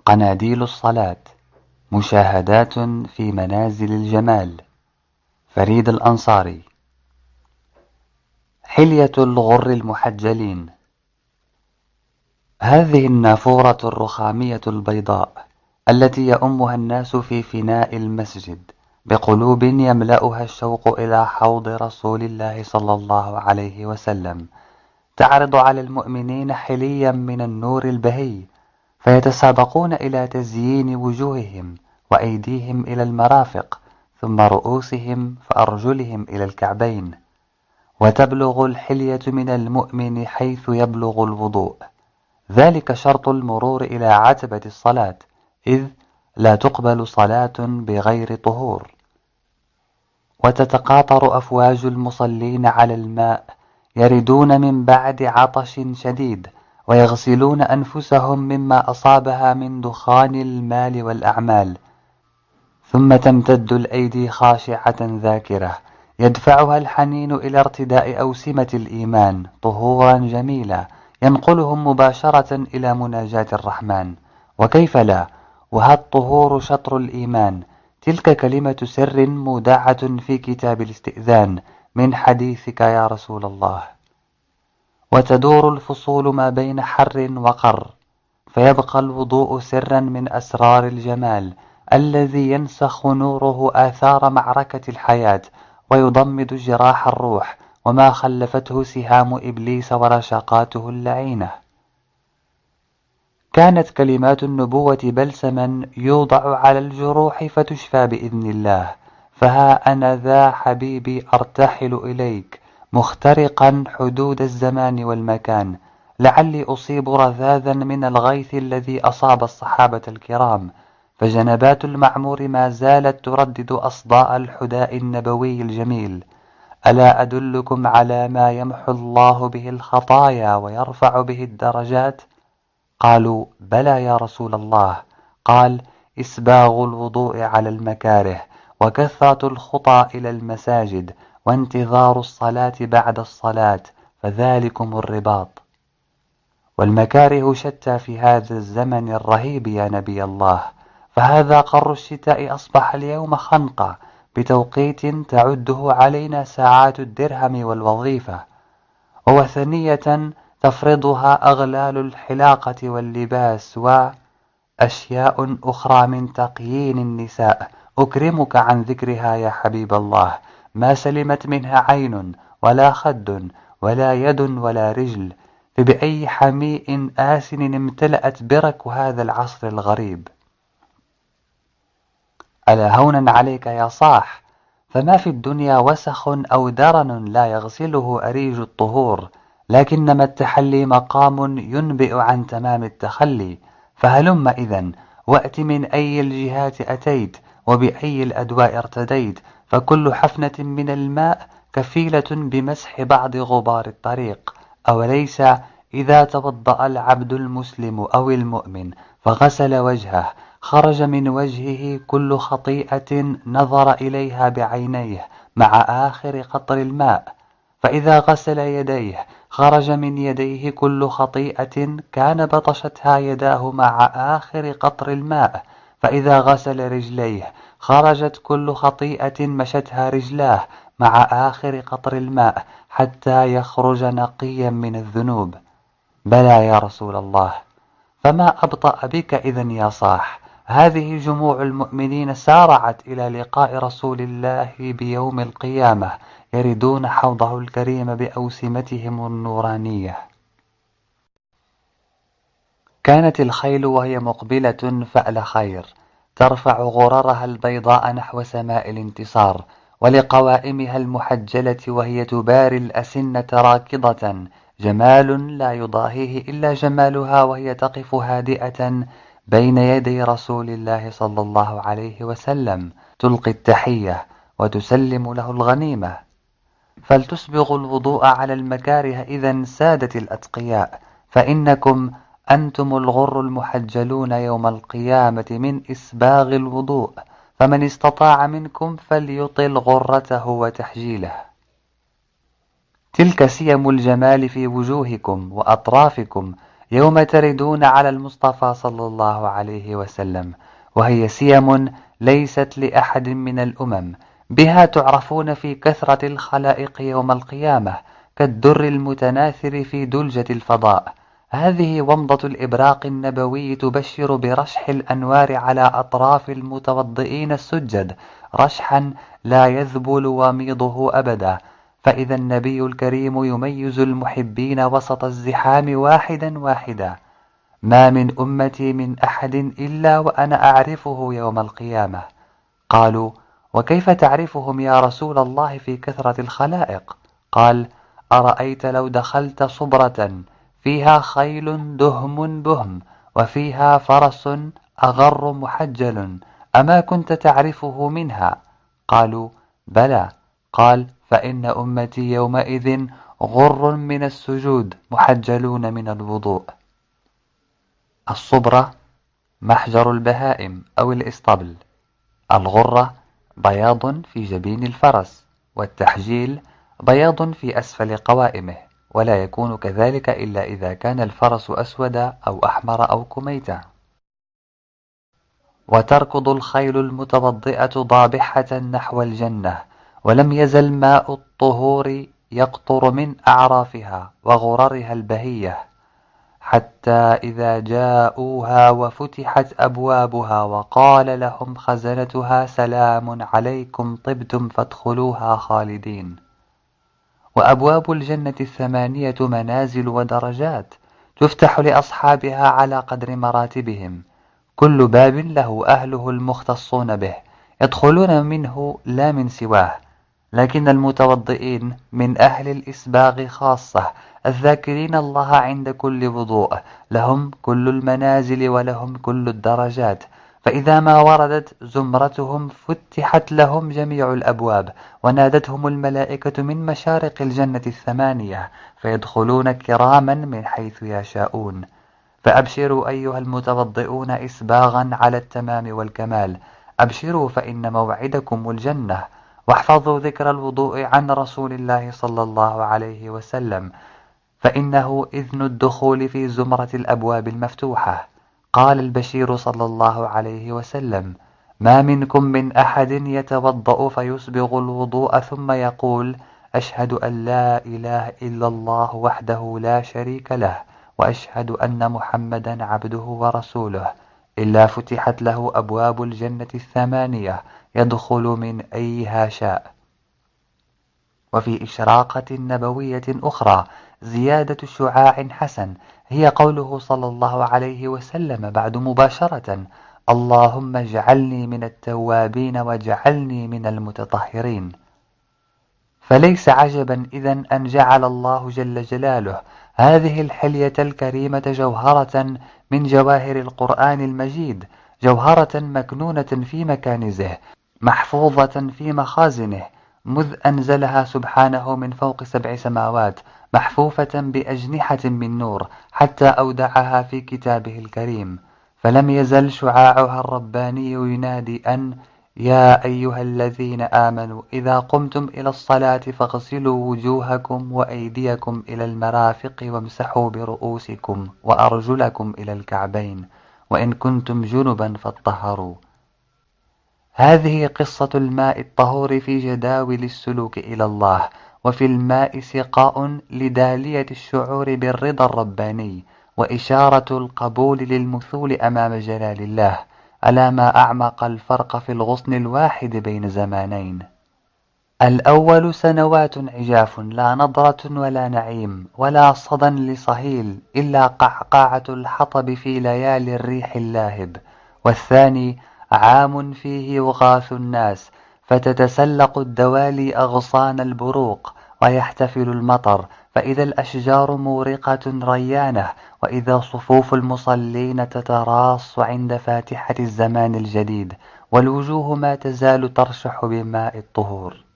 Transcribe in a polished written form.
قناديل الصلاة، مشاهدات في منازل الجمال، فريد الأنصاري. حلية الغر المحجلين. هذه النافورة الرخامية البيضاء التي يؤمها الناس في فناء المسجد بقلوب يملأها الشوق إلى حوض رسول الله صلى الله عليه وسلم، تعرض على المؤمنين حليا من النور البهي، فيتسابقون إلى تزيين وجوههم وأيديهم إلى المرافق، ثم رؤوسهم فأرجلهم إلى الكعبين. وتبلغ الحلية من المؤمن حيث يبلغ الوضوء، ذلك شرط المرور إلى عتبة الصلاة، إذ لا تقبل صلاة بغير طهور. وتتقاطر أفواج المصلين على الماء، يردون من بعد عطش شديد، ويغسلون أنفسهم مما أصابها من دخان المال والأعمال. ثم تمتد الأيدي خاشعة ذاكرة، يدفعها الحنين إلى ارتداء أوسمة الإيمان طهورا جميلا، ينقلهم مباشرة إلى مناجاة الرحمن. وكيف لا، وها الطهور شطر الإيمان، تلك كلمة سر مودعة في كتاب الاستئذان من حديثك يا رسول الله. وتدور الفصول ما بين حر وقر، فيبقى الوضوء سرا من أسرار الجمال الذي ينسخ نوره آثار معركة الحياة، ويضمد جراح الروح وما خلفته سهام إبليس ورشاقاته اللعينة. كانت كلمات النبوة بلسما يوضع على الجروح فتشفى بإذن الله. فها أنا ذا حبيبي أرتحل إليك، مخترقا حدود الزمان والمكان، لعلي أصيب رذاذا من الغيث الذي أصاب الصحابة الكرام. فجنبات المعمور ما زالت تردد أصداء الحداء النبوي الجميل: ألا أدلكم على ما يمحو الله به الخطايا ويرفع به الدرجات؟ قالوا: بلى يا رسول الله. قال: إسباغ الوضوء على المكاره، وكثرة الخطى إلى المساجد، وانتظار الصلاة بعد الصلاة، فذلكم الرباط. والمكاره شتى في هذا الزمن الرهيب يا نبي الله، فهذا قر الشتاء أصبح اليوم خنقة بتوقيت تعده علينا ساعات الدرهم والوظيفة، ووثنية تفرضها أغلال الحلاقة واللباس، وأشياء أخرى من تقيين النساء أكرمك عن ذكرها يا حبيب الله، ما سلمت منها عين ولا خد ولا يد ولا رجل، فبأي حميء آسن امتلأت برك هذا العصر الغريب. ألا هونا عليك يا صاح، فما في الدنيا وسخ أو درن لا يغسله أريج الطهور، لكنما التحلي مقام ينبئ عن تمام التخلي. فهلم إذن وأت من أي الجهات أتيت، وبأي الأدواء ارتديت، فكل حفنة من الماء كفيلة بمسح بعض غبار الطريق. أوليس إذا توضأ العبد المسلم أو المؤمن فغسل وجهه، خرج من وجهه كل خطيئة نظر إليها بعينيه مع آخر قطر الماء، فإذا غسل يديه خرج من يديه كل خطيئة كان بطشتها يداه مع آخر قطر الماء، فإذا غسل رجليه خرجت كل خطيئة مشتها رجلاه مع آخر قطر الماء، حتى يخرج نقيا من الذنوب. بلى يا رسول الله، فما أبطأ بك إذن يا صاح. هذه جموع المؤمنين سارعت إلى لقاء رسول الله بيوم القيامة، يردون حوضه الكريم بأوسمتهم النورانية. كانت الخيل وهي مقبلة فأل خير، ترفع غررها البيضاء نحو سماء الانتصار، ولقوائمها المحجلة وهي تباري الأسنة راكضة، جمال لا يضاهيه إلا جمالها، وهي تقف هادئة بين يدي رسول الله صلى الله عليه وسلم، تلقي التحية وتسلم له الغنيمة. فلتسبغوا الوضوء على المكاره إذن سادة الأتقياء، فإنكم أنتم الغر المحجلون يوم القيامة من إسباغ الوضوء، فمن استطاع منكم فليطل غرته وتحجيله. تلك سيم الجمال في وجوهكم وأطرافكم، يوم تردون على المصطفى صلى الله عليه وسلم، وهي سيم ليست لأحد من الأمم، بها تعرفون في كثرة الخلائق يوم القيامة كالدر المتناثر في دلجة الفضاء. هذه ومضة الإبراق النبوي تبشر برشح الأنوار على أطراف المتوضئين السجد، رشحا لا يذبل وميضه أبدا. فإذا النبي الكريم يميز المحبين وسط الزحام واحدا واحدا: ما من أمتي من أحد إلا وأنا أعرفه يوم القيامة. قالوا: وكيف تعرفهم يا رسول الله في كثرة الخلائق؟ قال: أرأيت لو دخلت صبرة فيها خيل دهم بهم وفيها فرس أغر محجل، أما كنت تعرفه منها؟ قالوا: بلى. قال: فإن أمتي يومئذ غر من السجود محجلون من الوضوء. الصبرة محجر البهائم أو الإسطبل، الغرة بياض في جبين الفرس، والتحجيل بياض في أسفل قوائمه، ولا يكون كذلك إلا إذا كان الفرس أسود أو أحمر أو كميتا. وتركض الخيل المتوضئة ضابحة نحو الجنة، ولم يزل ماء الطهور يقطر من أعرافها وغررها البهية، حتى إذا جاءوها وفتحت أبوابها وقال لهم خزنتها سلام عليكم طبتم فادخلوها خالدين. وأبواب الجنة 8 منازل ودرجات تفتح لأصحابها على قدر مراتبهم، كل باب له أهله المختصون به يدخلون منه لا من سواه، لكن المتوضئين من أهل الإسباغ خاصة الذاكرين الله عند كل وضوء لهم كل المنازل ولهم كل الدرجات، فإذا ما وردت زمرتهم فتحت لهم جميع الأبواب ونادتهم الملائكة من مشارق الجنة 8 فيدخلون كراما من حيث يشاءون. فأبشروا أيها المتوضئون إسباغا على التمام والكمال، أبشروا فإن موعدكم الجنة. واحفظوا ذكر الوضوء عن رسول الله صلى الله عليه وسلم، فإنه إذن الدخول في زمرة الأبواب المفتوحة. قال البشير صلى الله عليه وسلم: ما منكم من أحد يتوضأ فيسبغ الوضوء ثم يقول: أشهد أن لا إله إلا الله وحده لا شريك له وأشهد أن محمدا عبده ورسوله، إلا فتحت له أبواب الجنة 8 يدخل من أيها شاء. وفي إشراقة نبوية أخرى زيادة شعاع حسن هي قوله صلى الله عليه وسلم بعد مباشرة: اللهم اجعلني من التوابين واجعلني من المتطهرين. فليس عجبا إذن أن جعل الله جل جلاله هذه الحلية الكريمة جوهرة من جواهر القرآن المجيد، جوهرة مكنونة في مكانزه محفوظة في مخازنه، مذ أنزلها سبحانه من فوق 7 سماوات، محفوفة بأجنحة من نور، حتى أودعها في كتابه الكريم. فلم يزل شعاعها الرباني ينادي أن: يا أيها الذين آمنوا إذا قمتم إلى الصلاة فاغسلوا وجوهكم وأيديكم إلى المرافق وامسحوا برؤوسكم وأرجلكم إلى الكعبين وإن كنتم جنبا فاطهروا. هذه قصة الماء الطهور في جداول السلوك إلى الله، وفي الماء سقاء لدالية الشعور بالرضا الرباني وإشارة القبول للمثول أمام جلال الله. ألا ما أعمق الفرق في الغصن الواحد بين زمانين. الأول سنوات عجاف، لا نضرة ولا نعيم ولا صدى لصهيل إلا قعقاعة الحطب في ليالي الريح اللاهب. والثاني عام فيه يغاث الناس فتتسلق الدوالي أغصان البروق ويحتفل المطر، فإذا الأشجار مورقة ريانة، وإذا صفوف المصلين تتراص عند فاتحة الزمان الجديد، والوجوه ما تزال ترشح بماء الطهور.